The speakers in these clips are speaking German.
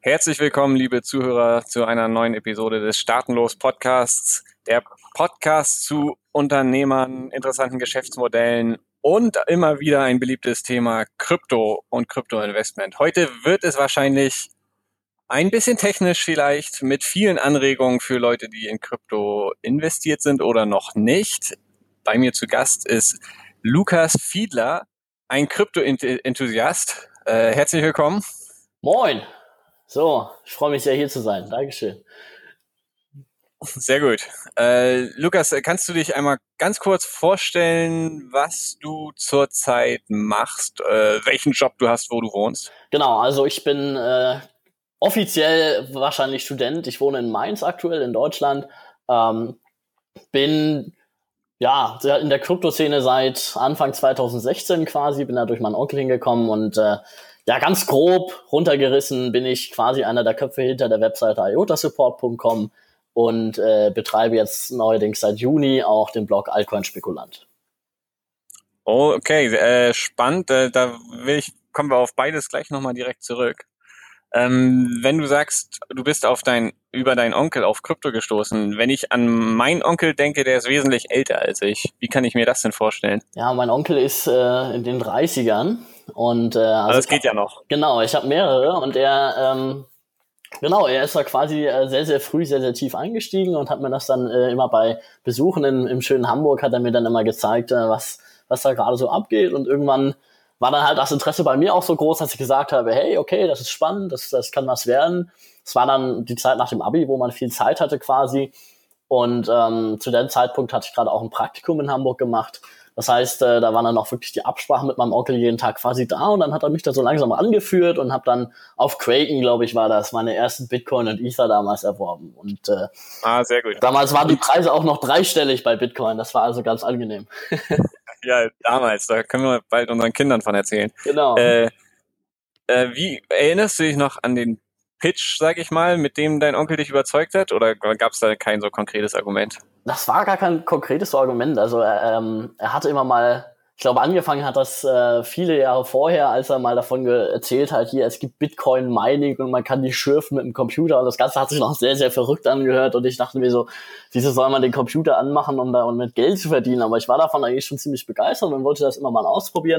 Herzlich willkommen, liebe Zuhörer, zu einer neuen Episode des Startenlos Podcasts. Der Podcast zu Unternehmern, interessanten Geschäftsmodellen und immer wieder ein beliebtes Thema Krypto und Kryptoinvestment. Heute wird es wahrscheinlich ein bisschen technisch vielleicht, mit vielen Anregungen für Leute, die in Krypto investiert sind oder noch nicht. Bei mir zu Gast ist Lukas Fiedler, ein Krypto-Enthusiast. Herzlich willkommen. Moin! So, ich freue mich sehr, hier zu sein. Dankeschön. Sehr gut. Lukas, kannst du dich einmal ganz kurz vorstellen, was du zurzeit machst, welchen Job du hast, wo du wohnst? Genau, also ich bin offiziell wahrscheinlich Student. Ich wohne in Mainz aktuell in Deutschland. Bin ja in der Kryptoszene seit Anfang 2016 quasi, bin da durch meinen Onkel hingekommen und ganz grob runtergerissen bin ich quasi einer der Köpfe hinter der Webseite iotasupport.com und betreibe jetzt neuerdings seit Juni auch den Blog Altcoin Spekulant. Oh, okay, spannend. Kommen wir auf beides gleich nochmal direkt zurück. Wenn du sagst, du bist über deinen Onkel auf Krypto gestoßen, wenn ich an meinen Onkel denke, der ist wesentlich älter als ich. Wie kann ich mir das denn vorstellen? Ja, mein Onkel ist in den 30ern und Also das geht ja noch. Genau, ich habe mehrere und er ist da quasi sehr, sehr früh, sehr, sehr tief eingestiegen und hat mir das dann immer bei Besuchen im schönen Hamburg, hat er mir dann immer gezeigt, was da gerade so abgeht. Und irgendwann war dann halt das Interesse bei mir auch so groß, dass ich gesagt habe, hey, okay, das ist spannend, das kann was werden. Es war dann die Zeit nach dem Abi, wo man viel Zeit hatte quasi. Und zu dem Zeitpunkt hatte ich gerade auch ein Praktikum in Hamburg gemacht. Das heißt, da war dann auch wirklich die Absprache mit meinem Onkel jeden Tag quasi da und dann hat er mich da so langsam angeführt und habe dann auf Kraken, glaube ich, war das, meine ersten Bitcoin und Ether damals erworben. Und sehr gut. Damals waren die Preise auch noch dreistellig bei Bitcoin, das war also ganz angenehm. Ja, damals, da können wir bald unseren Kindern von erzählen. Genau. Wie erinnerst du dich noch an den Pitch, sag ich mal, mit dem dein Onkel dich überzeugt hat? Oder gab es da kein so konkretes Argument? Das war gar kein konkretes Argument. Also er hatte immer mal, ich glaube, angefangen hat das viele Jahre vorher, als er mal davon erzählt hat, hier, es gibt Bitcoin-Mining und man kann die schürfen mit dem Computer. Und das Ganze hat sich noch sehr, sehr verrückt angehört. Und ich dachte mir so, wieso soll man den Computer anmachen, um mit Geld zu verdienen? Aber ich war davon eigentlich schon ziemlich begeistert und wollte das immer mal ausprobieren.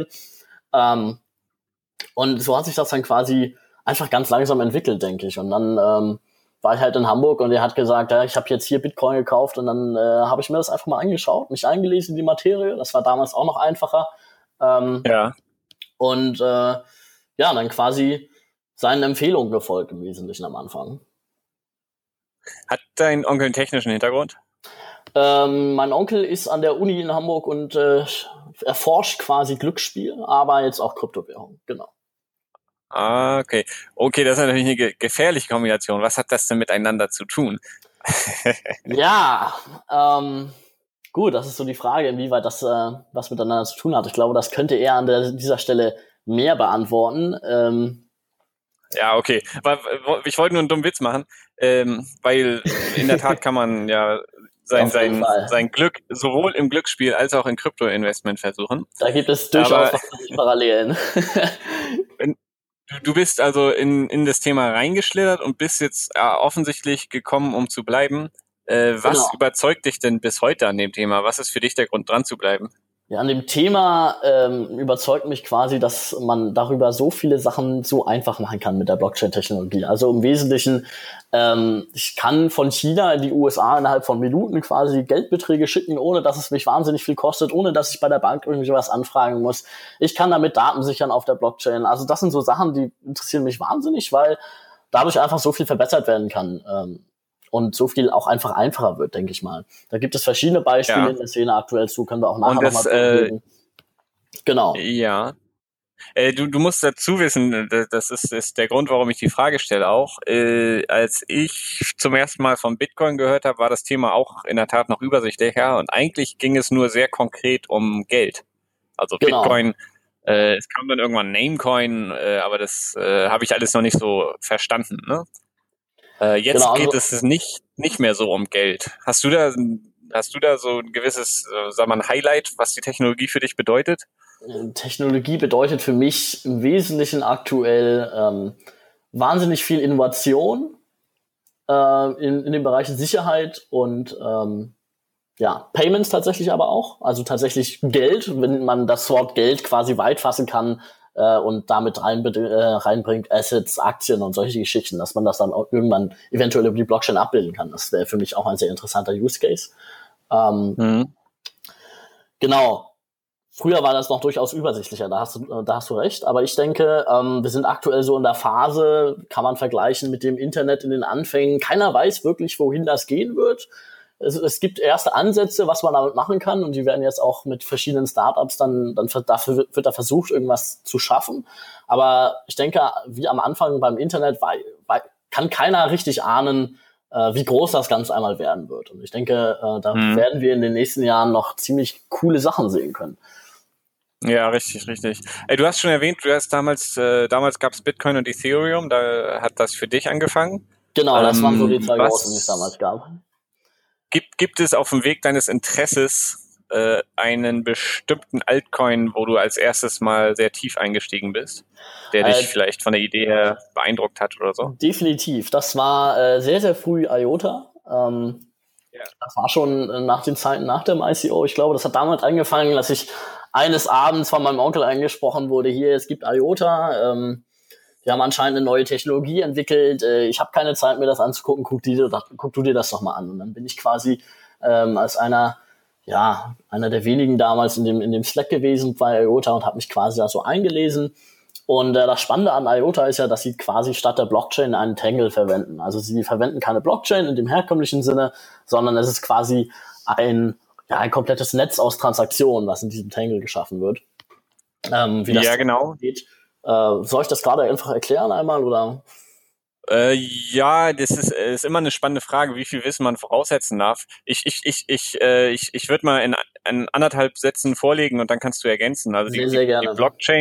Und so hat sich das dann quasi einfach ganz langsam entwickelt, denke ich. Und dann war ich halt in Hamburg und er hat gesagt, ja, ich habe jetzt hier Bitcoin gekauft und dann habe ich mir das einfach mal angeschaut, mich eingelesen in die Materie. Das war damals auch noch einfacher. Ja. Und dann quasi seinen Empfehlungen gefolgt im Wesentlichen am Anfang. Hat dein Onkel einen technischen Hintergrund? Mein Onkel ist an der Uni in Hamburg und erforscht quasi Glücksspiel, aber jetzt auch Kryptowährung, genau. Okay. Okay, das ist natürlich eine gefährliche Kombination. Was hat das denn miteinander zu tun? Ja, gut, das ist so die Frage, inwieweit das was miteinander zu tun hat. Ich glaube, das könnte er an dieser Stelle mehr beantworten. Ja, okay. Ich wollte nur einen dummen Witz machen, weil in der Tat kann man ja sein Glück sowohl im Glücksspiel als auch in Kryptoinvestment versuchen. Da gibt es durchaus Parallelen. Du bist also in das Thema reingeschlittert und bist jetzt offensichtlich gekommen, um zu bleiben. Was überzeugt dich denn bis heute an dem Thema? Was ist für dich der Grund, dran zu bleiben? Ja, an dem Thema überzeugt mich quasi, dass man darüber so viele Sachen so einfach machen kann mit der Blockchain-Technologie. Also im Wesentlichen, ich kann von China in die USA innerhalb von Minuten quasi Geldbeträge schicken, ohne dass es mich wahnsinnig viel kostet, ohne dass ich bei der Bank irgendwie was anfragen muss. Ich kann damit Daten sichern auf der Blockchain. Also das sind so Sachen, die interessieren mich wahnsinnig, weil dadurch einfach so viel verbessert werden kann. Und so viel auch einfach einfacher wird, denke ich mal. Da gibt es verschiedene Beispiele in der Szene aktuell zu, können wir auch nachher nochmal reden. Genau. Ja. Du musst dazu wissen, das ist der Grund, warum ich die Frage stelle auch. Als ich zum ersten Mal von Bitcoin gehört habe, war das Thema auch in der Tat noch übersichtlicher und eigentlich ging es nur sehr konkret um Geld. Also genau. Bitcoin, es kam dann irgendwann Namecoin, aber das habe ich alles noch nicht so verstanden, ne? Jetzt geht es nicht mehr so um Geld. Hast du da so ein gewisses, ein Highlight, was die Technologie für dich bedeutet? Technologie bedeutet für mich im Wesentlichen aktuell wahnsinnig viel Innovation in den Bereichen Sicherheit und Payments tatsächlich aber auch. Also tatsächlich Geld, wenn man das Wort Geld quasi weit fassen kann und damit reinbringt Assets, Aktien und solche Geschichten, dass man das dann auch irgendwann eventuell über die Blockchain abbilden kann. Das wäre für mich auch ein sehr interessanter Use Case. Genau. Früher war das noch durchaus übersichtlicher, da hast du recht. Aber ich denke, wir sind aktuell so in der Phase, kann man vergleichen mit dem Internet in den Anfängen. Keiner weiß wirklich, wohin das gehen wird. Es gibt erste Ansätze, was man damit machen kann. Und die werden jetzt auch mit verschiedenen Startups dafür wird da versucht, irgendwas zu schaffen. Aber ich denke, wie am Anfang beim Internet kann keiner richtig ahnen, wie groß das Ganze einmal werden wird. Und ich denke, da werden wir in den nächsten Jahren noch ziemlich coole Sachen sehen können. Ja, richtig, richtig. Ey, du hast schon erwähnt, damals gab es Bitcoin und Ethereum, da hat das für dich angefangen. Genau, das waren so die zwei großen, die es damals gab. Gibt es auf dem Weg deines Interesses einen bestimmten Altcoin, wo du als erstes mal sehr tief eingestiegen bist, der dich vielleicht von der Idee her beeindruckt hat oder so? Definitiv. Das war sehr, sehr früh IOTA. Das war schon nach den Zeiten nach dem ICO. Ich glaube, das hat damals angefangen, dass ich eines Abends von meinem Onkel angesprochen wurde, hier, es gibt IOTA, wir haben anscheinend eine neue Technologie entwickelt, ich habe keine Zeit, mir das anzugucken, guck du dir das doch mal an. Und dann bin ich quasi als einer der wenigen damals in dem Slack gewesen bei IOTA und habe mich quasi da so eingelesen. Und das Spannende an IOTA ist ja, dass sie quasi statt der Blockchain einen Tangle verwenden. Also sie verwenden keine Blockchain in dem herkömmlichen Sinne, sondern es ist quasi ein komplettes Netz aus Transaktionen, was in diesem Tangle geschaffen wird. Wie das genau geht. Soll ich das gerade einfach erklären einmal, oder? Das ist immer eine spannende Frage, wie viel Wissen man voraussetzen darf. Ich würde mal in 1,5 Sätzen vorlegen und dann kannst du ergänzen. Also sehr gerne.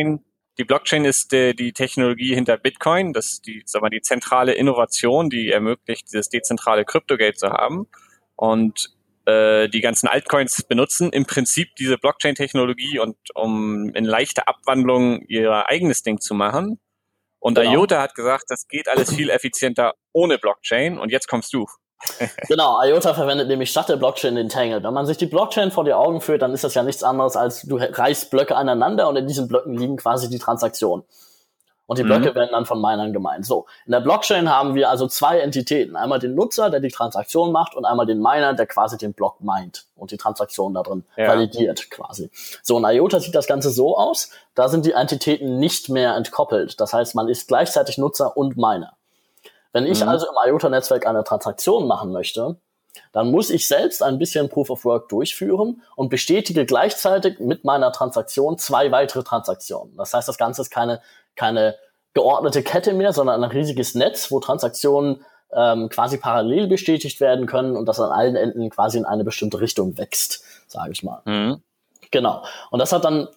Die Blockchain ist die Technologie hinter Bitcoin. Das ist die zentrale Innovation, die ermöglicht, dieses dezentrale Kryptogeld zu haben. Und die ganzen Altcoins benutzen im Prinzip diese Blockchain-Technologie um in leichter Abwandlung ihr eigenes Ding zu machen. Und IOTA hat gesagt, das geht alles viel effizienter ohne Blockchain. Und jetzt kommst du. Genau, IOTA verwendet nämlich statt der Blockchain den Tangle. Wenn man sich die Blockchain vor die Augen führt, dann ist das ja nichts anderes, als du reißt Blöcke aneinander und in diesen Blöcken liegen quasi die Transaktionen. Und die Blöcke werden dann von Minern gemeint. So, in der Blockchain haben wir also zwei Entitäten. Einmal den Nutzer, der die Transaktion macht, und einmal den Miner, der quasi den Block meint und die Transaktion da drin validiert quasi. So, in IOTA sieht das Ganze so aus, da sind die Entitäten nicht mehr entkoppelt. Das heißt, man ist gleichzeitig Nutzer und Miner. Wenn ich also im IOTA-Netzwerk eine Transaktion machen möchte, dann muss ich selbst ein bisschen Proof of Work durchführen und bestätige gleichzeitig mit meiner Transaktion 2 weitere Transaktionen. Das heißt, das Ganze ist keine geordnete Kette mehr, sondern ein riesiges Netz, wo Transaktionen quasi parallel bestätigt werden können und das an allen Enden quasi in eine bestimmte Richtung wächst, sage ich mal. Genau. Und das hat dann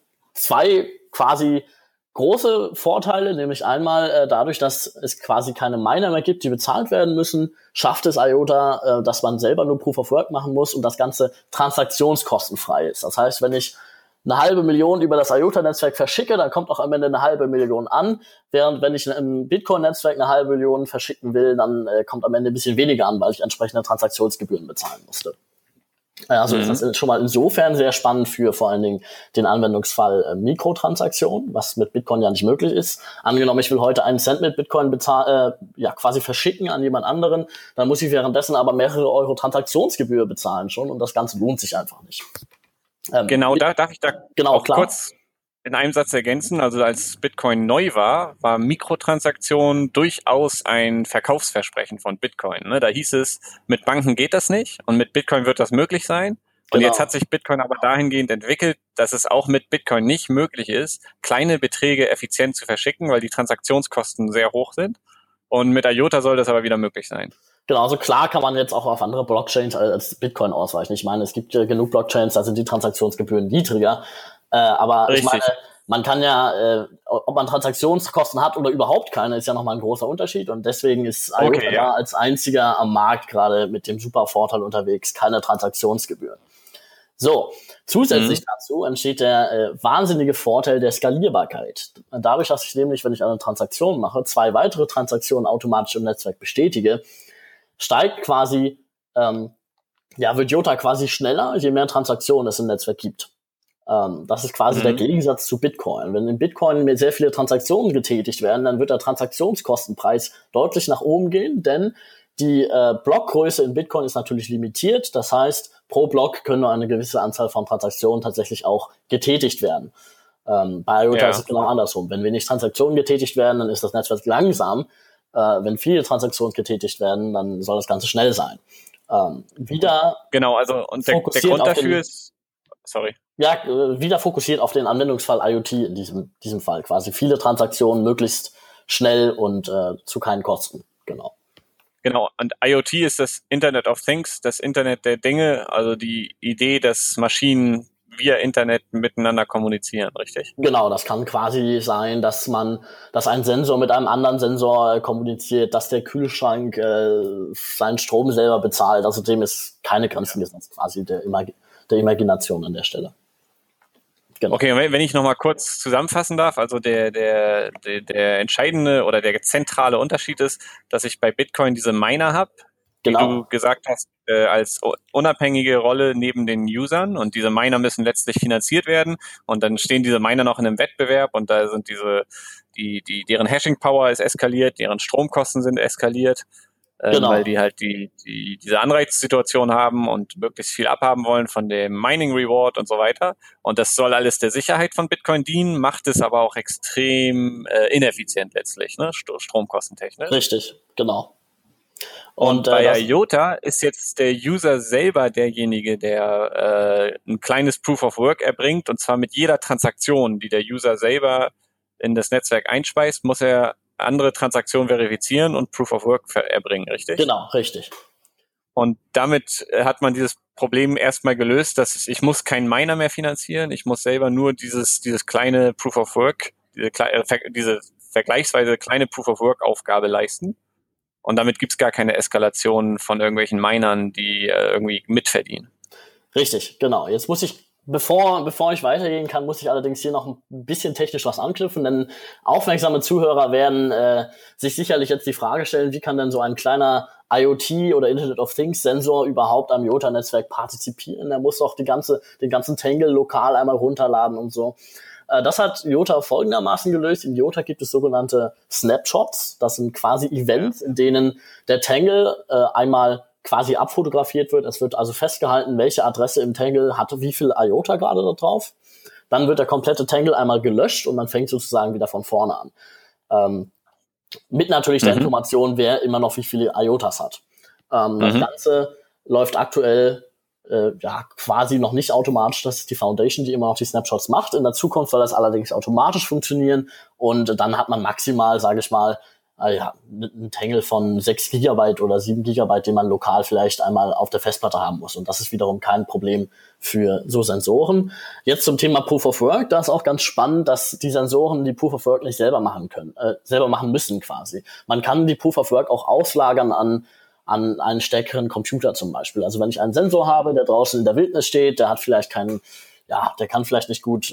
2 quasi große Vorteile, nämlich einmal dadurch, dass es quasi keine Miner mehr gibt, die bezahlt werden müssen, schafft es IOTA, dass man selber nur Proof of Work machen muss und das Ganze transaktionskostenfrei ist. Das heißt, wenn ich 500.000 über das IOTA-Netzwerk verschicke, dann kommt auch am Ende 500.000 an, während wenn ich im Bitcoin-Netzwerk 500.000 verschicken will, dann kommt am Ende ein bisschen weniger an, weil ich entsprechende Transaktionsgebühren bezahlen musste. Also ist das schon mal insofern sehr spannend für vor allen Dingen den Anwendungsfall Mikrotransaktionen, was mit Bitcoin ja nicht möglich ist. Angenommen, ich will heute 1 Cent mit Bitcoin quasi verschicken an jemand anderen, dann muss ich währenddessen aber mehrere Euro Transaktionsgebühr bezahlen schon und das Ganze lohnt sich einfach nicht. Genau, darf ich auch klar. Kurz in einem Satz ergänzen. Also als Bitcoin neu war Mikrotransaktion durchaus ein Verkaufsversprechen von Bitcoin. Ne? Da hieß es, mit Banken geht das nicht und mit Bitcoin wird das möglich sein. Und jetzt hat sich Bitcoin aber dahingehend entwickelt, dass es auch mit Bitcoin nicht möglich ist, kleine Beträge effizient zu verschicken, weil die Transaktionskosten sehr hoch sind. Und mit IOTA soll das aber wieder möglich sein. Genau, also klar kann man jetzt auch auf andere Blockchains als Bitcoin ausweichen. Ich meine, es gibt genug Blockchains, da sind die Transaktionsgebühren niedriger. Aber Richtig. Ich meine, man kann ja, ob man Transaktionskosten hat oder überhaupt keine, ist ja nochmal ein großer Unterschied. Und deswegen ist IOTA da als einziger am Markt gerade mit dem super Vorteil unterwegs, keine Transaktionsgebühren. So, zusätzlich dazu entsteht der wahnsinnige Vorteil der Skalierbarkeit. Dadurch, dass ich nämlich, wenn ich eine Transaktion mache, 2 weitere Transaktionen automatisch im Netzwerk bestätige, steigt quasi, wird Jota quasi schneller, je mehr Transaktionen es im Netzwerk gibt. Das ist quasi der Gegensatz zu Bitcoin. Wenn in Bitcoin sehr viele Transaktionen getätigt werden, dann wird der Transaktionskostenpreis deutlich nach oben gehen, denn die Blockgröße in Bitcoin ist natürlich limitiert. Das heißt, pro Block können nur eine gewisse Anzahl von Transaktionen tatsächlich auch getätigt werden. Bei IOTA ist es genau andersrum. Wenn wenig Transaktionen getätigt werden, dann ist das Netzwerk langsam. Wenn viele Transaktionen getätigt werden, dann soll das Ganze schnell sein. Genau, also und der Grund dafür ist, sorry. Ja, wieder fokussiert auf den Anwendungsfall IoT in diesem Fall. Quasi viele Transaktionen möglichst schnell und zu keinen Kosten. Genau, und IoT ist das Internet of Things, das Internet der Dinge, also die Idee, dass Maschinen via Internet miteinander kommunizieren, richtig? Genau, das kann quasi sein, dass ein Sensor mit einem anderen Sensor kommuniziert, dass der Kühlschrank seinen Strom selber bezahlt. Also dem ist keine Grenzen gesetzt, quasi der Imagination an der Stelle. Genau. Okay, wenn ich nochmal kurz zusammenfassen darf, also der entscheidende oder der zentrale Unterschied ist, dass ich bei Bitcoin diese Miner habe, wie du gesagt hast, als unabhängige Rolle neben den Usern, und diese Miner müssen letztlich finanziert werden, und dann stehen diese Miner noch in einem Wettbewerb, und da sind deren Hashing Power ist eskaliert, deren Stromkosten sind eskaliert. Weil die halt diese Anreizsituation haben und möglichst viel abhaben wollen von dem Mining Reward und so weiter. Und das soll alles der Sicherheit von Bitcoin dienen, macht es aber auch extrem ineffizient letztlich, ne? Stromkostentechnisch. Richtig, genau. Und bei IOTA ist jetzt der User selber derjenige, der ein kleines Proof of Work erbringt, und zwar mit jeder Transaktion, die der User selber in das Netzwerk einspeist, muss er andere Transaktionen verifizieren und Proof of Work erbringen, richtig? Genau, richtig. Und damit hat man dieses Problem erstmal gelöst, dass ich muss keinen Miner mehr finanzieren, ich muss selber nur dieses kleine Proof of Work, diese vergleichsweise kleine Proof of Work Aufgabe leisten. Und damit gibt's gar keine Eskalation von irgendwelchen Minern, die irgendwie mitverdienen. Richtig, genau. Jetzt muss ich Bevor ich weitergehen kann, muss ich allerdings hier noch ein bisschen technisch was anknüpfen, denn aufmerksame Zuhörer werden sich sicherlich jetzt die Frage stellen, wie kann denn so ein kleiner IoT oder Internet of Things Sensor überhaupt am IOTA-Netzwerk partizipieren? Er muss doch den ganzen Tangle lokal einmal runterladen und so. Das hat IOTA folgendermaßen gelöst. In IOTA gibt es sogenannte Snapshots. Das sind quasi Events, in denen der Tangle einmal quasi abfotografiert wird. Es wird also festgehalten, welche Adresse im Tangle hatte wie viel IOTA gerade da drauf. Dann wird der komplette Tangle einmal gelöscht und man fängt sozusagen wieder von vorne an. Mit natürlich der Information, wer immer noch wie viele IOTAs hat. Das Ganze läuft aktuell quasi noch nicht automatisch. Das ist die Foundation, die immer noch die Snapshots macht. In der Zukunft soll das allerdings automatisch funktionieren und dann hat man maximal, sage ich mal, ein Tangle von 6 Gigabyte oder 7 Gigabyte, den man lokal vielleicht einmal auf der Festplatte haben muss. Und das ist wiederum kein Problem für so Sensoren. Jetzt zum Thema Proof of Work. Da ist auch ganz spannend, dass die Sensoren die Proof of Work nicht selber machen müssen quasi. Man kann die Proof of Work auch auslagern an einen stärkeren Computer zum Beispiel. Also wenn ich einen Sensor habe, der draußen in der Wildnis steht, der hat vielleicht der kann vielleicht nicht gut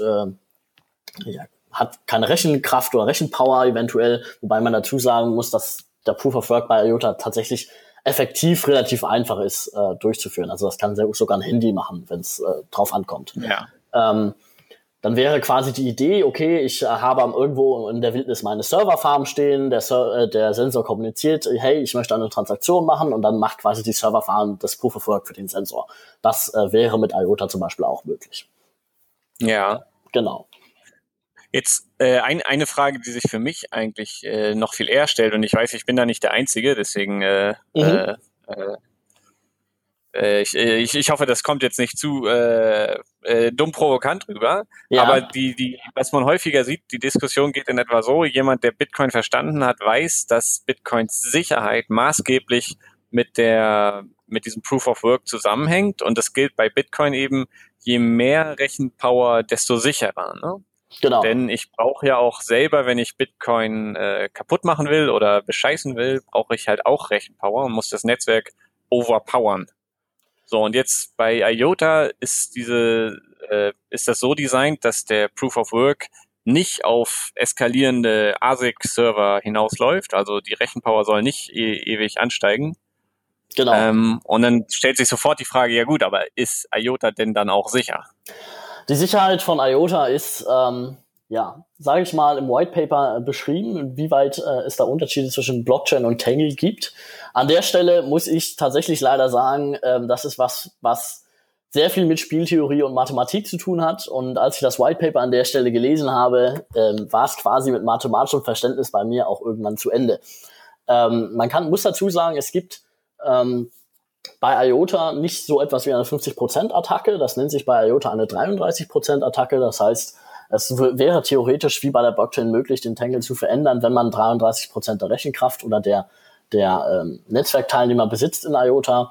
hat keine Rechenkraft oder Rechenpower eventuell, wobei man dazu sagen muss, dass der Proof of Work bei IOTA tatsächlich effektiv relativ einfach ist durchzuführen. Also das kann sogar ein Handy machen, wenn es drauf ankommt. Ja. Dann wäre quasi die Idee, okay, ich habe irgendwo in der Wildnis meine Serverfarm stehen, der Sensor kommuniziert, hey, ich möchte eine Transaktion machen, und dann macht quasi die Serverfarm das Proof of Work für den Sensor. Das wäre mit IOTA zum Beispiel auch möglich. Ja. Genau. Jetzt eine Frage, die sich für mich eigentlich noch viel eher stellt, und ich weiß, ich bin da nicht der Einzige, deswegen ich hoffe, das kommt jetzt nicht zu dumm provokant rüber, aber was man häufiger sieht, die Diskussion geht in etwa so: Jemand, der Bitcoin verstanden hat, weiß, dass Bitcoins Sicherheit maßgeblich mit diesem Proof of Work zusammenhängt, und das gilt bei Bitcoin eben, je mehr Rechenpower, desto sicherer, ne? Genau. Denn ich brauche ja auch selber, wenn ich Bitcoin kaputt machen will oder bescheißen will, brauche ich halt auch Rechenpower und muss das Netzwerk overpowern. So, und jetzt bei IOTA ist ist das so designt, dass der Proof of Work nicht auf eskalierende ASIC-Server hinausläuft, also die Rechenpower soll nicht ewig ansteigen. Genau. Und dann stellt sich sofort die Frage, ja gut, aber ist IOTA denn dann auch sicher? Die Sicherheit von IOTA ist, sage ich mal, im White Paper beschrieben, inwieweit es da Unterschiede zwischen Blockchain und Tangle gibt. An der Stelle muss ich tatsächlich leider sagen, das ist was sehr viel mit Spieltheorie und Mathematik zu tun hat. Und als ich das White Paper an der Stelle gelesen habe, war es quasi mit mathematischem Verständnis bei mir auch irgendwann zu Ende. Muss dazu sagen, es gibt bei IOTA nicht so etwas wie eine 50%-Attacke. Das nennt sich bei IOTA eine 33%-Attacke. Das heißt, es wäre theoretisch wie bei der Blockchain möglich, den Tangle zu verändern, wenn man 33% der Rechenkraft oder der Netzwerkteilnehmer besitzt in IOTA.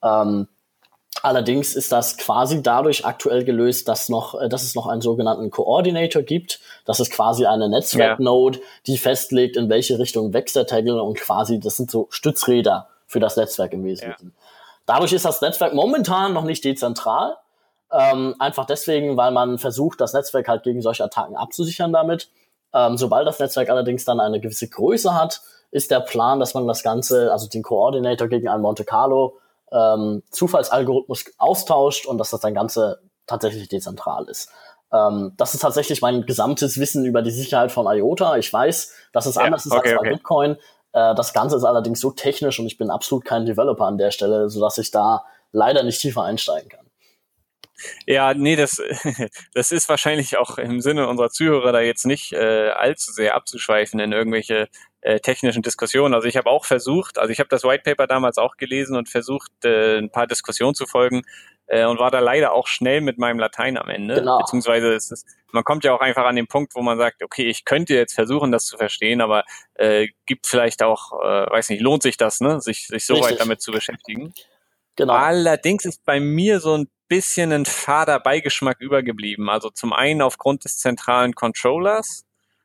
Allerdings ist das quasi dadurch aktuell gelöst, dass es noch einen sogenannten Coordinator gibt. Das ist quasi eine Netzwerknode, die festlegt, in welche Richtung wächst der Tangle, und quasi, das sind so Stützräder für das Netzwerk im Wesentlichen. Ja. Dadurch ist das Netzwerk momentan noch nicht dezentral. Einfach deswegen, weil man versucht, das Netzwerk halt gegen solche Attacken abzusichern damit. Sobald das Netzwerk allerdings dann eine gewisse Größe hat, ist der Plan, dass man das Ganze, also den Coordinator gegen einen Monte Carlo Zufallsalgorithmus austauscht und dass das dann Ganze tatsächlich dezentral ist. Das ist tatsächlich mein gesamtes Wissen über die Sicherheit von IOTA. Ich weiß, dass es anders ist als bei Bitcoin. Das Ganze ist allerdings so technisch und ich bin absolut kein Developer an der Stelle, sodass ich da leider nicht tiefer einsteigen kann. Ja, nee, das ist wahrscheinlich auch im Sinne unserer Zuhörer da jetzt nicht allzu sehr abzuschweifen in irgendwelche technischen Diskussionen. Also ich habe auch versucht, also ich habe das White Paper damals auch gelesen und versucht, ein paar Diskussionen zu folgen und war da leider auch schnell mit meinem Latein am Ende. Genau. Beziehungsweise man kommt ja auch einfach an den Punkt, wo man sagt, okay, ich könnte jetzt versuchen, das zu verstehen, aber gibt vielleicht auch, weiß nicht, lohnt sich das, ne, sich so weit damit zu beschäftigen. Genau. Allerdings ist bei mir so ein bisschen ein fader Beigeschmack übergeblieben. Also zum einen aufgrund des zentralen Controllers,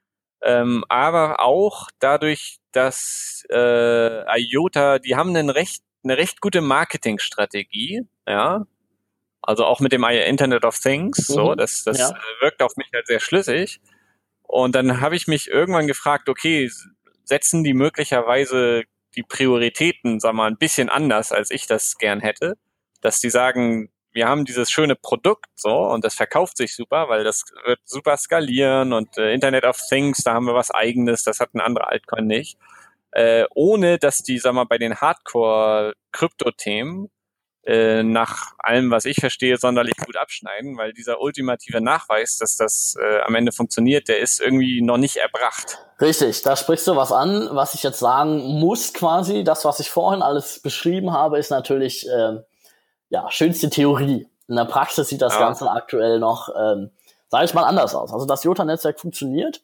aber auch dadurch, dass IOTA, die haben eine recht gute Marketingstrategie, ja. Also auch mit dem Internet of Things, so, das wirkt auf mich halt sehr schlüssig. Und dann habe ich mich irgendwann gefragt, okay, setzen die möglicherweise die Prioritäten, sag mal, ein bisschen anders, als ich das gern hätte, dass die sagen, wir haben dieses schöne Produkt so und das verkauft sich super, weil das wird super skalieren und Internet of Things, da haben wir was Eigenes, das hat ein anderer Altcoin nicht. Ohne, dass die, sag mal, bei den Hardcore-Krypto-Themen nach allem, was ich verstehe, sonderlich gut abschneiden, weil dieser ultimative Nachweis, dass das am Ende funktioniert, der ist irgendwie noch nicht erbracht. Richtig, da sprichst du was an, was ich jetzt sagen muss quasi. Das, was ich vorhin alles beschrieben habe, ist natürlich schönste Theorie. In der Praxis sieht das Ganze aktuell noch, sage ich mal, anders aus. Also das IOTA-Netzwerk funktioniert.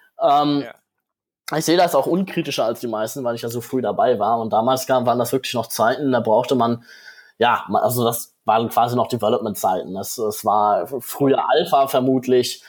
Ich sehe das auch unkritischer als die meisten, weil ich ja so früh dabei war. Und damals waren das wirklich noch Zeiten, da brauchte man, also das waren quasi noch Development-Zeiten. Es war früher Alpha vermutlich.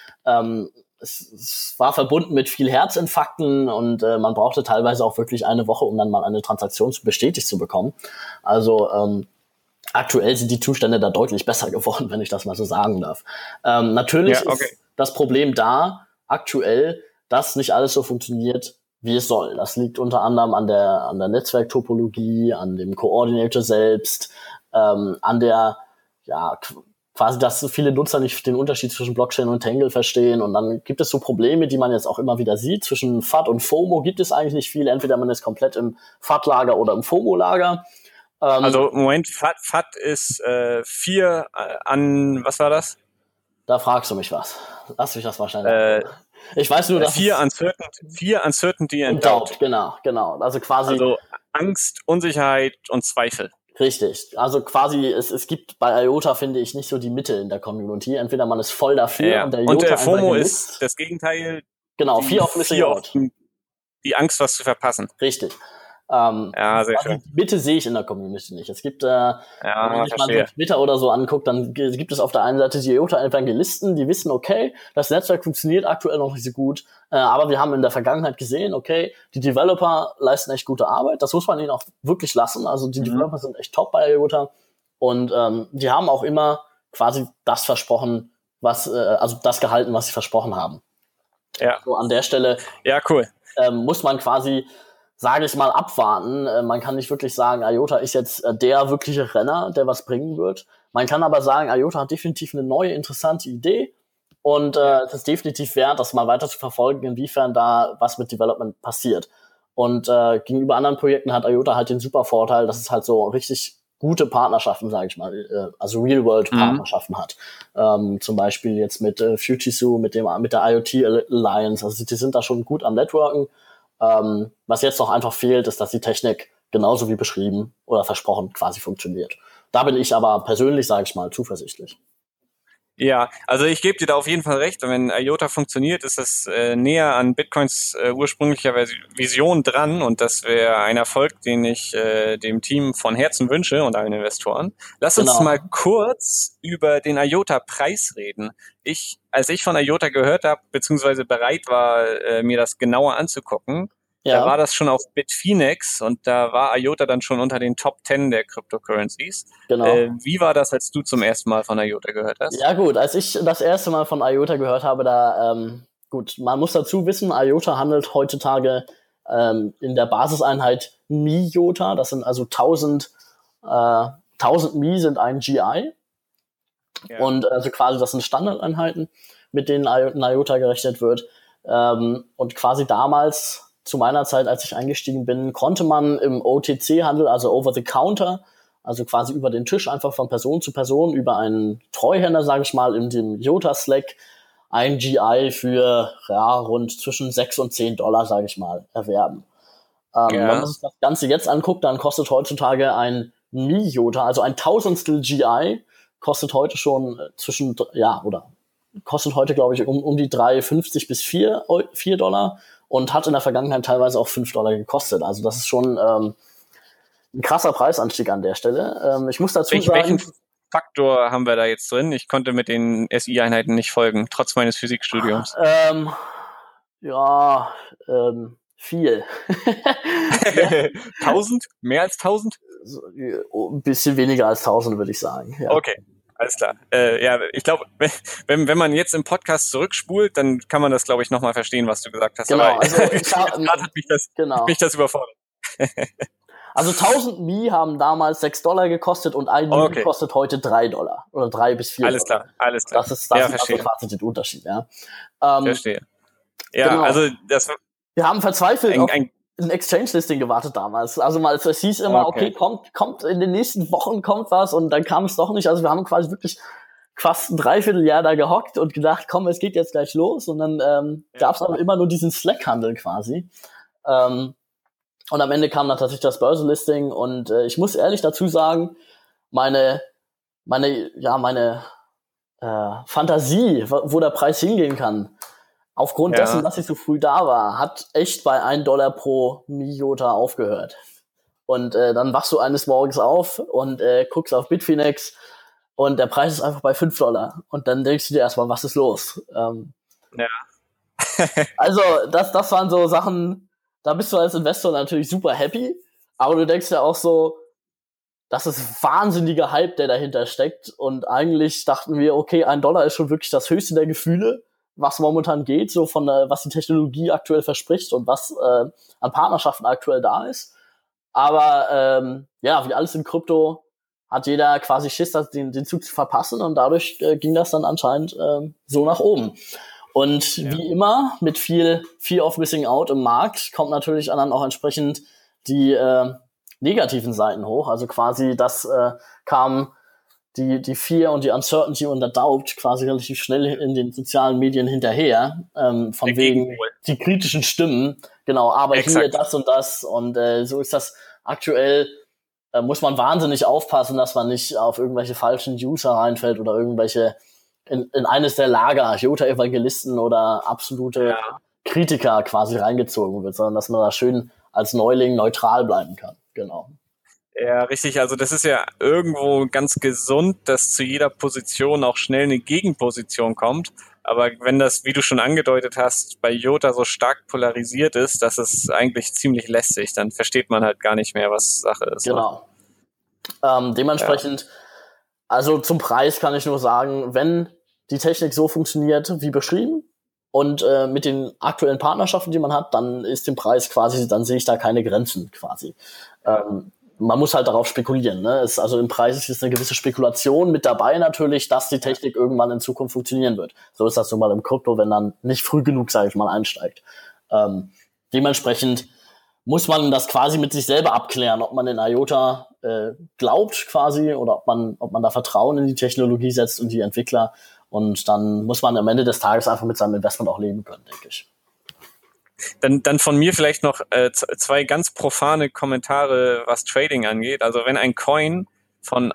Es war verbunden mit viel Herzinfarkten und man brauchte teilweise auch wirklich eine Woche, um dann mal eine Transaktion bestätigt zu bekommen. Also aktuell sind die Zustände da deutlich besser geworden, wenn ich das mal so sagen darf. Natürlich ist das Problem da aktuell, dass nicht alles so funktioniert, wie es soll. Das liegt unter anderem an der Netzwerktopologie, an dem Coordinator selbst, an der, quasi, dass viele Nutzer nicht den Unterschied zwischen Blockchain und Tangle verstehen. Und dann gibt es so Probleme, die man jetzt auch immer wieder sieht. Zwischen FAT und FOMO gibt es eigentlich nicht viel. Entweder man ist komplett im FAT-Lager oder im FOMO-Lager. Also Moment, FAT ist 4 an, was war das? Da fragst du mich was. Lass mich das wahrscheinlich. Ich weiß nur, dass 4 Uncertainty and Doubt. Genau. Also quasi. Also Angst, Unsicherheit und Zweifel. Richtig. Also quasi, es gibt bei IOTA, finde ich, nicht so die Mitte in der Community. Entweder man ist voll dafür und der IOTA und der FOMO ist das Gegenteil. Genau, Fear of Missing Out. Die Angst, was zu verpassen. Richtig. Sehr schön. Die Mitte sehe ich in der Community nicht. Es gibt, wenn man sich mal so Twitter oder so anguckt, dann gibt es auf der einen Seite die IOTA-Evangelisten, die wissen, okay, das Netzwerk funktioniert aktuell noch nicht so gut, aber wir haben in der Vergangenheit gesehen, okay, die Developer leisten echt gute Arbeit, das muss man ihnen auch wirklich lassen, also die Developer sind echt top bei IOTA Und die haben auch immer quasi das versprochen, also das gehalten, was sie versprochen haben. Ja. So an der Stelle ja, cool. Muss man quasi, sage ich mal, abwarten. Man kann nicht wirklich sagen, IOTA ist jetzt der wirkliche Renner, der was bringen wird. Man kann aber sagen, IOTA hat definitiv eine neue, interessante Idee und es ist definitiv wert, das mal weiter zu verfolgen, inwiefern da was mit Development passiert. Und gegenüber anderen Projekten hat IOTA halt den super Vorteil, dass es halt so richtig gute Partnerschaften, sage ich mal, also Real-World-Partnerschaften hat. Zum Beispiel jetzt mit Fujitsu, mit der IoT Alliance, also die sind da schon gut am Networken. Was jetzt noch einfach fehlt, ist, dass die Technik genauso wie beschrieben oder versprochen quasi funktioniert. Da bin ich aber persönlich, sage ich mal, zuversichtlich. Ja, also ich gebe dir da auf jeden Fall recht. Wenn IOTA funktioniert, ist das näher an Bitcoins ursprünglicher Vision dran und das wäre ein Erfolg, den ich dem Team von Herzen wünsche und allen Investoren. Lass uns mal kurz über den IOTA-Preis reden. Als ich von IOTA gehört habe, beziehungsweise bereit war, mir das genauer anzugucken, da war das schon auf Bitfinex und da war IOTA dann schon unter den Top 10 der Cryptocurrencies. Genau. Wie war das, als du zum ersten Mal von IOTA gehört hast? Ja gut, als ich das erste Mal von IOTA gehört habe, gut, man muss dazu wissen, IOTA handelt heutzutage in der Basiseinheit MiJOTA, das sind also 1000 Mi sind ein GI. Ja. Und also quasi das sind Standardeinheiten, mit denen IOTA gerechnet wird. Und quasi damals, zu meiner Zeit, als ich eingestiegen bin, konnte man im OTC-Handel, also over the counter, also quasi über den Tisch, einfach von Person zu Person, über einen Treuhänder, sage ich mal, in dem IOTA-Slack, ein GI für rund zwischen 6 und 10 $, sage ich mal, erwerben. Wenn man sich das Ganze jetzt anguckt, dann kostet heutzutage ein MiJOTA, also ein Tausendstel GI, kostet heute schon kostet heute, glaube ich, um die 3,50 bis 4 $. Und hat in der Vergangenheit teilweise auch 5 $ gekostet. Also das ist schon ein krasser Preisanstieg an der Stelle. Ich muss dazu sagen... Welchen Faktor haben wir da jetzt drin? Ich konnte mit den SI-Einheiten nicht folgen, trotz meines Physikstudiums. Viel. 1000? Mehr als 1000? Ein bisschen weniger als 1000, würde ich sagen. Ja. Okay. Alles klar. Ich glaube, wenn man jetzt im Podcast zurückspult, dann kann man das, glaube ich, nochmal verstehen, was du gesagt hast. Genau, aber also gerade hat mich das überfordert. Also 1000 Mi haben damals 6 $ gekostet und ein Mi kostet heute 3 $ oder 3 bis 4 $. Alles klar. Das ist also quasi der Unterschied, ja. Verstehe. Ja, genau. Also wir haben verzweifelt auf ein Exchange-Listing gewartet damals. Also es hieß immer, okay, kommt in den nächsten Wochen kommt was und dann kam es doch nicht. Also wir haben quasi wirklich fast ein Dreivierteljahr da gehockt und gedacht, komm, es geht jetzt gleich los. Und dann gab es aber immer nur diesen Slack-Handel quasi. Und am Ende kam dann tatsächlich das Börsenlisting und ich muss ehrlich dazu sagen, meine Fantasie, wo der Preis hingehen kann, aufgrund dessen, dass ich so früh da war, hat echt bei $1 pro MiJOTA aufgehört. Und dann wachst du eines Morgens auf und guckst auf Bitfinex und der Preis ist einfach bei 5 $. Und dann denkst du dir erstmal, was ist los? Also das waren so Sachen, da bist du als Investor natürlich super happy, aber du denkst ja auch so, das ist wahnsinniger Hype, der dahinter steckt. Und eigentlich dachten wir, okay, $1 ist schon wirklich das höchste der Gefühle, was momentan geht, so was die Technologie aktuell verspricht und was an Partnerschaften aktuell da ist. Aber wie alles in Krypto hat jeder quasi Schiss, den Zug zu verpassen und dadurch ging das dann anscheinend so nach oben. Und wie immer, mit viel Fear of Missing Out im Markt, kommt natürlich dann auch entsprechend die negativen Seiten hoch. Also quasi das kam die Fear und die Uncertainty und der Doubt quasi relativ schnell in den sozialen Medien hinterher, von wegen die kritischen Stimmen, genau, aber hier das und das und so ist das aktuell, muss man wahnsinnig aufpassen, dass man nicht auf irgendwelche falschen User reinfällt oder irgendwelche in eines der Lager, IOTA-Evangelisten oder absolute Kritiker quasi reingezogen wird, sondern dass man da schön als Neuling neutral bleiben kann, genau. Ja, richtig. Also das ist ja irgendwo ganz gesund, dass zu jeder Position auch schnell eine Gegenposition kommt. Aber wenn das, wie du schon angedeutet hast, bei IOTA so stark polarisiert ist, das ist eigentlich ziemlich lästig. Dann versteht man halt gar nicht mehr, was Sache ist. Genau. Dementsprechend Also zum Preis kann ich nur sagen, wenn die Technik so funktioniert wie beschrieben und mit den aktuellen Partnerschaften, die man hat, dann ist dem Preis quasi, dann sehe ich da keine Grenzen quasi. Man muss halt darauf spekulieren. Ne? Also im Preis ist jetzt eine gewisse Spekulation mit dabei natürlich, dass die Technik irgendwann in Zukunft funktionieren wird. So ist das nun mal im Krypto, wenn dann nicht früh genug, sage ich mal, einsteigt. Dementsprechend muss man das quasi mit sich selber abklären, ob man in IOTA glaubt quasi oder ob man da Vertrauen in die Technologie setzt und die Entwickler. Und dann muss man am Ende des Tages einfach mit seinem Investment auch leben können, denke ich. Dann von mir vielleicht noch zwei ganz profane Kommentare, was Trading angeht. Also wenn ein Coin von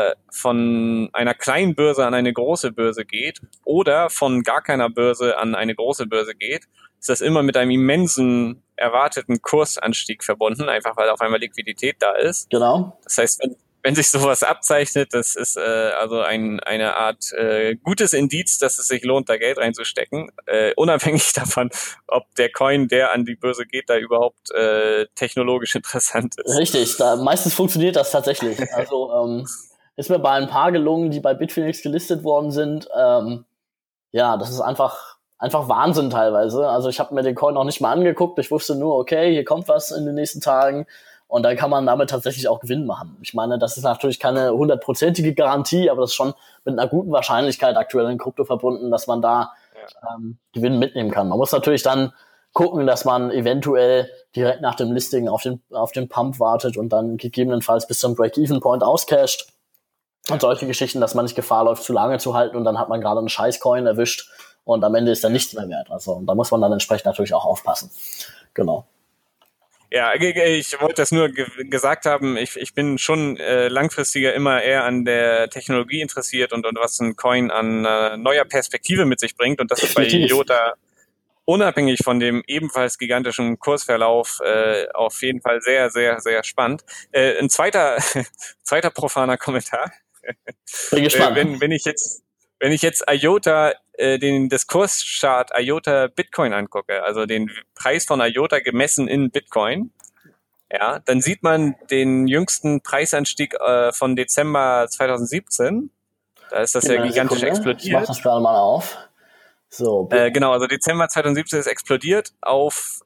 einer kleinen Börse an eine große Börse geht oder von gar keiner Börse an eine große Börse geht, ist das immer mit einem immensen erwarteten Kursanstieg verbunden, einfach weil auf einmal Liquidität da ist. Genau. Das heißt, wenn sich sowas abzeichnet, das ist also eine Art gutes Indiz, dass es sich lohnt, da Geld reinzustecken, unabhängig davon, ob der Coin, der an die Börse geht, da überhaupt technologisch interessant ist. Richtig, meistens funktioniert das tatsächlich. Also ist mir bei ein paar gelungen, die bei Bitfinex gelistet worden sind. Ja, das ist einfach Wahnsinn teilweise. Also ich habe mir den Coin noch nicht mal angeguckt. Ich wusste nur, okay, hier kommt was in den nächsten Tagen. Und dann kann man damit tatsächlich auch Gewinn machen. Ich meine, das ist natürlich keine 100%ige Garantie, aber das ist schon mit einer guten Wahrscheinlichkeit aktuell in Krypto verbunden, dass man da Gewinn mitnehmen kann. Man muss natürlich dann gucken, dass man eventuell direkt nach dem Listing auf den Pump wartet und dann gegebenenfalls bis zum Break-Even-Point auscasht. Und solche Geschichten, dass man nicht Gefahr läuft, zu lange zu halten und dann hat man gerade einen Scheiß-Coin erwischt und am Ende ist dann nichts mehr wert. Also und da muss man dann entsprechend natürlich auch aufpassen. Genau. Ja, ich wollte das nur gesagt haben, ich bin schon langfristiger immer eher an der Technologie interessiert und was ein Coin an neuer Perspektive mit sich bringt und das ist bei IOTA unabhängig von dem ebenfalls gigantischen Kursverlauf auf jeden Fall sehr, sehr, sehr spannend. Ein zweiter profaner Kommentar. Bin gespannt. Wenn ich jetzt IOTA, den Diskurschart IOTA Bitcoin angucke, also den Preis von IOTA gemessen in Bitcoin, ja, dann sieht man den jüngsten Preisanstieg von Dezember 2017. Da ist das ja gigantisch explodiert. Ich mach das gerade mal auf. So. Genau, also Dezember 2017 ist explodiert auf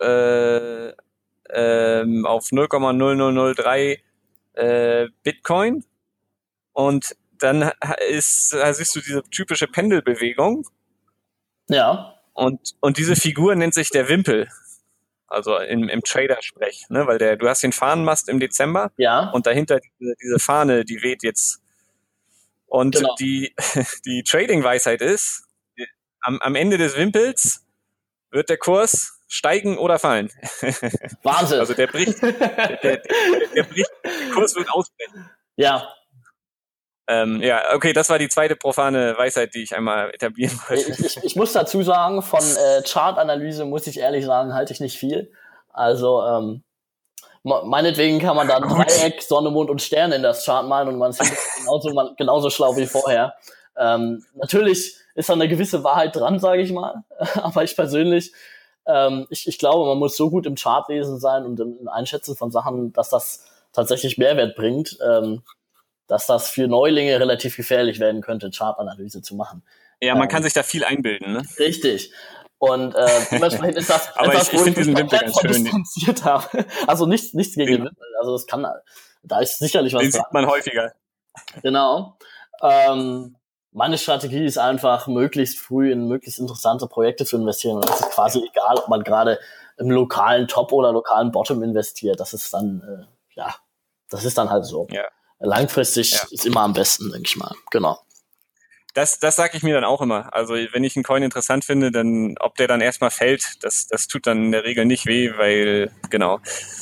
0,0003 Bitcoin und dann siehst du diese typische Pendelbewegung. Ja. Und diese Figur nennt sich der Wimpel. Also im Trader-Sprech, ne? Weil du hast den Fahnenmast im Dezember und dahinter diese Fahne, die weht jetzt. Und genau. die Trading-Weisheit ist, am Ende des Wimpels wird der Kurs steigen oder fallen. Wahnsinn. Also der bricht, der Kurs wird ausbrechen. Ja. Ja, okay, das war die zweite profane Weisheit, die ich einmal etablieren wollte. Ich muss dazu sagen, von Chartanalyse muss ich ehrlich sagen, halte ich nicht viel. Also meinetwegen kann man da Dreieck, Sonne, Mond und Sterne in das Chart malen und man ist genauso schlau wie vorher. Natürlich ist da eine gewisse Wahrheit dran, sage ich mal. Aber ich persönlich, ich glaube, man muss so gut im Chartlesen sein und im Einschätzen von Sachen, dass das tatsächlich Mehrwert bringt, dass das für Neulinge relativ gefährlich werden könnte, Chartanalyse zu machen. Ja, man kann sich da viel einbilden, ne? Richtig. Und dementsprechend ist das aber etwas, ich finde diesen Wimpel ganz schön. Distanziert habe. Also nichts gegen den Wimpel. Also das kann, da ist sicherlich was den dran. Sieht man häufiger. Genau. Meine Strategie ist einfach, möglichst früh in möglichst interessante Projekte zu investieren. Und es ist quasi egal, ob man gerade im lokalen Top oder lokalen Bottom investiert. Das ist dann, das ist dann halt so. Ja. Langfristig ist immer am besten, denke ich mal. Genau. Das sage ich mir dann auch immer. Also wenn ich einen Coin interessant finde, dann ob der dann erstmal fällt, das tut dann in der Regel nicht weh, weil genau,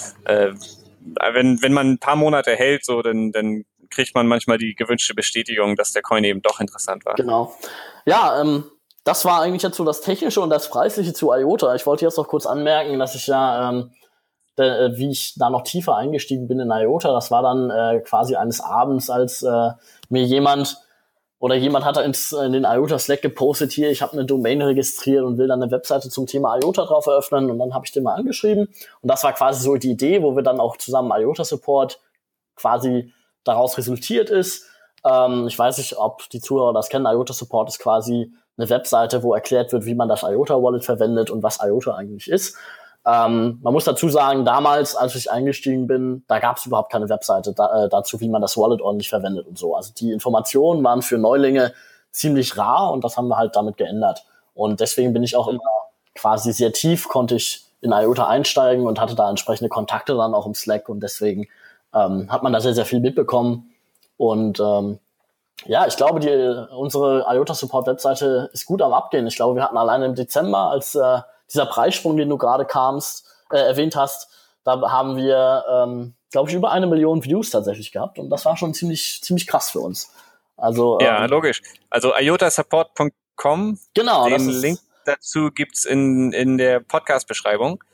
wenn man ein paar Monate hält, so dann kriegt man manchmal die gewünschte Bestätigung, dass der Coin eben doch interessant war. Genau. Ja, das war eigentlich jetzt so das Technische und das Preisliche zu IOTA. Ich wollte jetzt noch kurz anmerken, dass ich wie ich da noch tiefer eingestiegen bin in IOTA, das war dann quasi eines Abends, als mir jemand hat in den IOTA Slack gepostet, hier, ich habe eine Domain registriert und will dann eine Webseite zum Thema IOTA drauf eröffnen und dann habe ich den mal angeschrieben und das war quasi so die Idee, wo wir dann auch zusammen IOTA Support quasi daraus resultiert ist. Ich weiß nicht, ob die Zuhörer das kennen. IOTA Support ist quasi eine Webseite, wo erklärt wird, wie man das IOTA Wallet verwendet und was IOTA eigentlich ist. Man muss dazu sagen, damals, als ich eingestiegen bin, da gab es überhaupt keine Webseite dazu, wie man das Wallet ordentlich verwendet und so. Also die Informationen waren für Neulinge ziemlich rar und das haben wir halt damit geändert. Und deswegen bin ich auch immer quasi sehr tief, konnte ich in IOTA einsteigen und hatte da entsprechende Kontakte dann auch im Slack und deswegen hat man da sehr, sehr viel mitbekommen. Und ja, ich glaube, unsere IOTA Support Webseite ist gut am Abgehen. Ich glaube, wir hatten alleine im Dezember, als dieser Preissprung, den du gerade erwähnt hast, da haben wir, glaube ich, über 1 Million Views tatsächlich gehabt. Und das war schon ziemlich krass für uns. Also ja, logisch. Also iotaSupport.com, genau, den Link dazu gibt's in der Podcast-Beschreibung.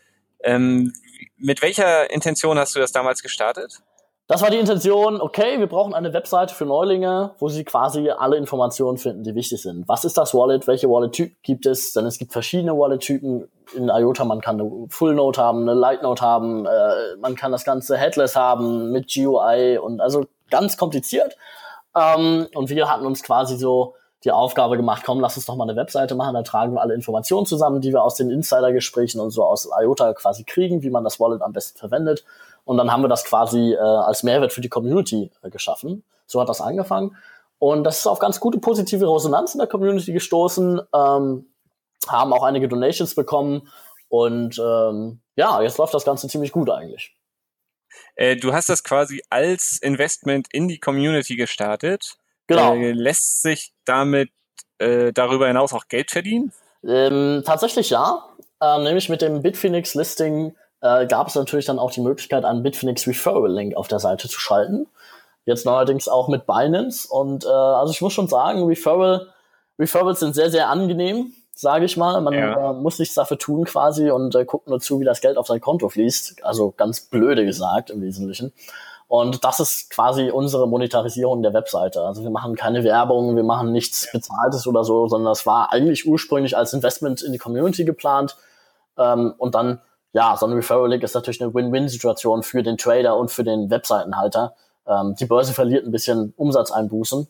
Mit welcher Intention hast du das damals gestartet? Das war die Intention, okay, wir brauchen eine Webseite für Neulinge, wo sie quasi alle Informationen finden, die wichtig sind. Was ist das Wallet? Welche Wallet-Typ gibt es? Denn es gibt verschiedene Wallet-Typen in IOTA. Man kann eine Full-Node haben, eine Light-Node haben, man kann das Ganze Headless haben mit GUI und also ganz kompliziert. Und wir hatten uns quasi so die Aufgabe gemacht, komm, lass uns doch mal eine Webseite machen, da tragen wir alle Informationen zusammen, die wir aus den Insider-Gesprächen und so aus IOTA quasi kriegen, wie man das Wallet am besten verwendet. Und dann haben wir das quasi als Mehrwert für die Community geschaffen. So hat das angefangen. Und das ist auf ganz gute positive Resonanz in der Community gestoßen, haben auch einige Donations bekommen. Und ja, jetzt läuft das Ganze ziemlich gut eigentlich. Du hast das quasi als Investment in die Community gestartet. Genau. Lässt sich damit darüber hinaus auch Geld verdienen? Tatsächlich ja. Nämlich mit dem Bitfinex-Listing gab es natürlich dann auch die Möglichkeit, einen Bitfinex Referral-Link auf der Seite zu schalten. Jetzt neuerdings auch mit Binance. Und also ich muss schon sagen, Referrals sind sehr, sehr angenehm, sage ich mal. Man muss nichts dafür tun quasi und guckt nur zu, wie das Geld auf sein Konto fließt. Also ganz blöde gesagt im Wesentlichen. Und das ist quasi unsere Monetarisierung der Webseite. Also wir machen keine Werbung, wir machen nichts Bezahltes oder so, sondern das war eigentlich ursprünglich als Investment in die Community geplant. Und dann, ja, so ein Referral-Link ist natürlich eine Win-Win-Situation für den Trader und für den Webseitenhalter. Die Börse verliert ein bisschen Umsatzeinbußen,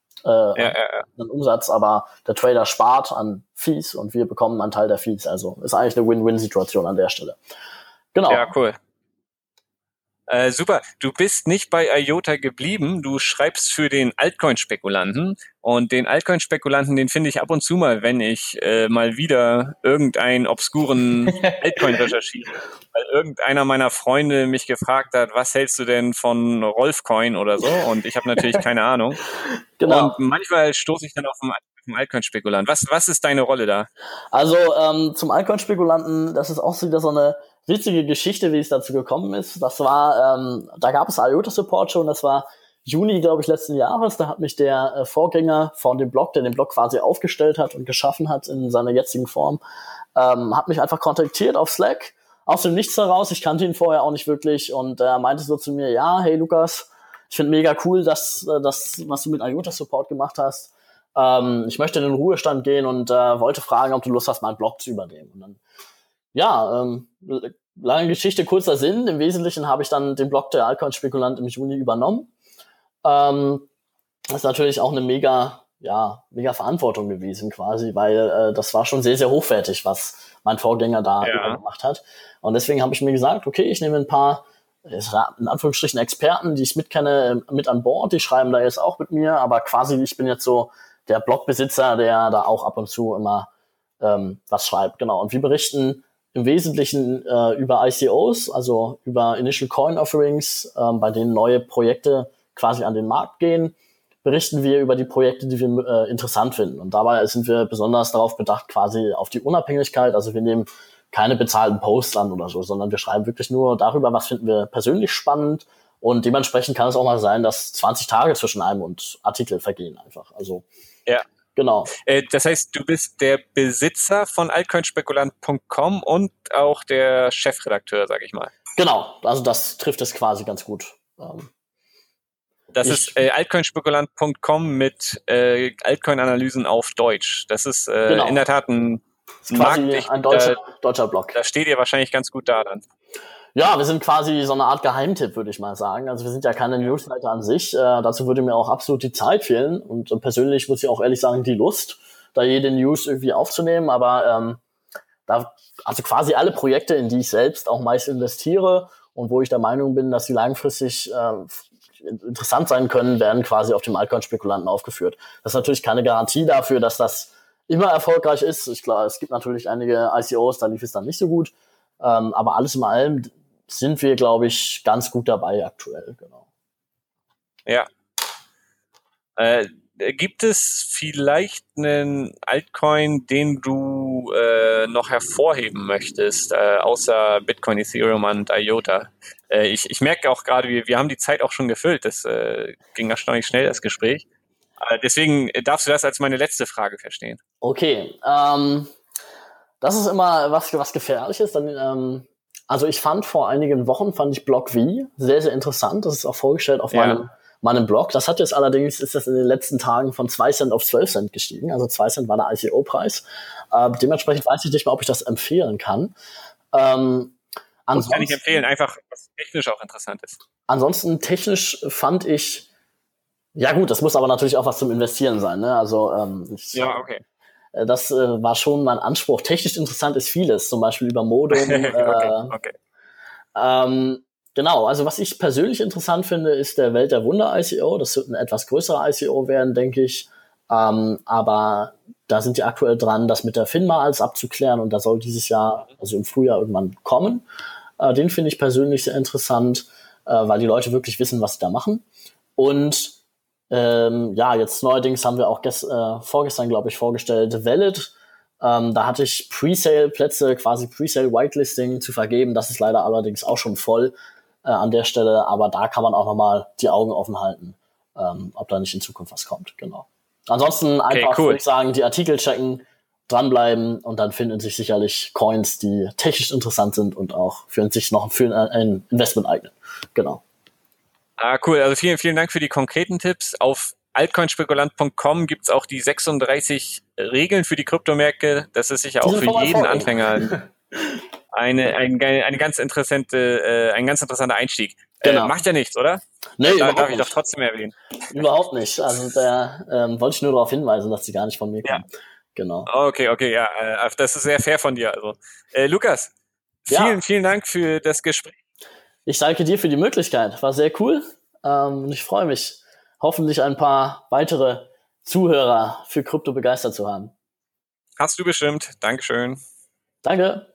an Umsatz, aber der Trader spart an Fees und wir bekommen einen Teil der Fees. Also ist eigentlich eine Win-Win-Situation an der Stelle. Genau. Ja, cool. Super. Du bist nicht bei IOTA geblieben. Du schreibst für den Altcoin-Spekulanten. Und den Altcoin-Spekulanten, den finde ich ab und zu mal, wenn ich mal wieder irgendeinen obskuren Altcoin recherchiere. Weil irgendeiner meiner Freunde mich gefragt hat, was hältst du denn von Rolfcoin oder so? Und ich habe natürlich keine Ahnung. Genau. Und manchmal stoße ich dann auf einen Altcoin-Spekulant. Was ist deine Rolle da? Also zum Altcoin-Spekulanten, das ist auch wieder so eine witzige Geschichte, wie es dazu gekommen ist. Das war, da gab es IOTA Support schon, das war Juni, glaube ich, letzten Jahres. Da hat mich der Vorgänger von dem Blog, der den Blog quasi aufgestellt hat und geschaffen hat in seiner jetzigen Form, hat mich einfach kontaktiert auf Slack, aus dem Nichts heraus. Ich kannte ihn vorher auch nicht wirklich und er meinte so zu mir, ja, hey Lukas, ich finde mega cool, dass das, was du mit IOTA Support gemacht hast. Ich möchte in den Ruhestand gehen und wollte fragen, ob du Lust hast, meinen Blog zu übernehmen. Und dann, ja, lange Geschichte, kurzer Sinn. Im Wesentlichen habe ich dann den Blog der Altcoin-Spekulant im Juni übernommen. Das ist natürlich auch eine mega Verantwortung gewesen quasi, weil das war schon sehr, sehr hochwertig, was mein Vorgänger da gemacht hat. Und deswegen habe ich mir gesagt, okay, ich nehme ein paar, in Anführungsstrichen, Experten, die ich mitkenne, mit an Bord. Die schreiben da jetzt auch mit mir, aber quasi ich bin jetzt so der Blogbesitzer, der da auch ab und zu immer was schreibt. Genau. Und wir berichten im Wesentlichen über ICOs, also über Initial Coin Offerings, bei denen neue Projekte quasi an den Markt gehen, berichten wir über die Projekte, die wir interessant finden. Und dabei sind wir besonders darauf bedacht, quasi auf die Unabhängigkeit. Also wir nehmen keine bezahlten Posts an oder so, sondern wir schreiben wirklich nur darüber, was finden wir persönlich spannend. Und dementsprechend kann es auch mal sein, dass 20 Tage zwischen einem und Artikel vergehen einfach. Also ja. Genau. Das heißt, du bist der Besitzer von altcoinspekulant.com und auch der Chefredakteur, sag ich mal. Genau, also das trifft es quasi ganz gut. Das ist altcoinspekulant.com mit Altcoin-Analysen auf Deutsch. Das ist in der Tat ein deutscher Blog. Da steht ihr wahrscheinlich ganz gut da dann. Ja, wir sind quasi so eine Art Geheimtipp, würde ich mal sagen. Also wir sind ja keine Newsletter an sich. Dazu würde mir auch absolut die Zeit fehlen. Und persönlich muss ich auch ehrlich sagen, die Lust, da jede News irgendwie aufzunehmen. Aber also quasi alle Projekte, in die ich selbst auch meist investiere und wo ich der Meinung bin, dass sie langfristig interessant sein können, werden quasi auf dem Altcoin-Spekulanten aufgeführt. Das ist natürlich keine Garantie dafür, dass das immer erfolgreich ist. Es gibt natürlich einige ICOs, da lief es dann nicht so gut. Aber alles in allem sind wir, glaube ich, ganz gut dabei aktuell. Genau. Ja. Gibt es vielleicht einen Altcoin, den du noch hervorheben möchtest, außer Bitcoin, Ethereum und IOTA? Ich merke auch gerade, wir haben die Zeit auch schon gefüllt. Das ging erstaunlich schnell, das Gespräch. Deswegen darfst du das als meine letzte Frage verstehen. Okay, das ist immer was Gefährliches. Also ich fand vor einigen Wochen, BlockV sehr, sehr interessant. Das ist auch vorgestellt auf meinem Blog. Das hat jetzt allerdings, ist das in den letzten Tagen von 2 Cent auf 12 Cent gestiegen. Also 2 Cent war der ICO-Preis. Dementsprechend weiß ich nicht mehr, ob ich das empfehlen kann. Das kann ich empfehlen, einfach was technisch auch interessant ist. Ansonsten technisch fand ich, ja gut, das muss aber natürlich auch was zum Investieren sein. Ne? Also ja, okay. Das war schon mein Anspruch. Technisch interessant ist vieles, zum Beispiel über Modem. Okay. Genau, also was ich persönlich interessant finde, ist der Welt der Wunder ICO. Das wird ein etwas größerer ICO werden, denke ich. Aber da sind die aktuell dran, das mit der FINMA alles abzuklären und da soll dieses Jahr, also im Frühjahr irgendwann kommen. Den finde ich persönlich sehr interessant, weil die Leute wirklich wissen, was sie da machen. Und jetzt neuerdings haben wir auch vorgestern, glaube ich, vorgestellt Valid. Da hatte ich Presale-Plätze, quasi Presale-Whitelisting zu vergeben. Das ist leider allerdings auch schon voll an der Stelle. Aber da kann man auch nochmal die Augen offen halten, ob da nicht in Zukunft was kommt. Genau. Ansonsten einfach, würde ich sagen, die Artikel checken, dranbleiben und dann finden sich sicherlich Coins, die technisch interessant sind und auch für ein Investment eignen. Genau. Cool. Also vielen, vielen Dank für die konkreten Tipps. Auf altcoinspekulant.com gibt's auch die 36 Regeln für die Kryptomärkte. Das ist sicher auch für jeden Anfänger ein ganz interessanter Einstieg. Genau. Macht ja nichts, oder? Nee, darf ich doch trotzdem erwähnen. Überhaupt nicht. Also da wollte ich nur darauf hinweisen, dass sie gar nicht von mir kommen. Ja. Genau. Okay, ja. Das ist sehr fair von dir. Also, Lukas, vielen Dank für das Gespräch. Ich danke dir für die Möglichkeit. War sehr cool. Und ich freue mich, hoffentlich ein paar weitere Zuhörer für Krypto begeistert zu haben. Hast du bestimmt. Dankeschön. Danke.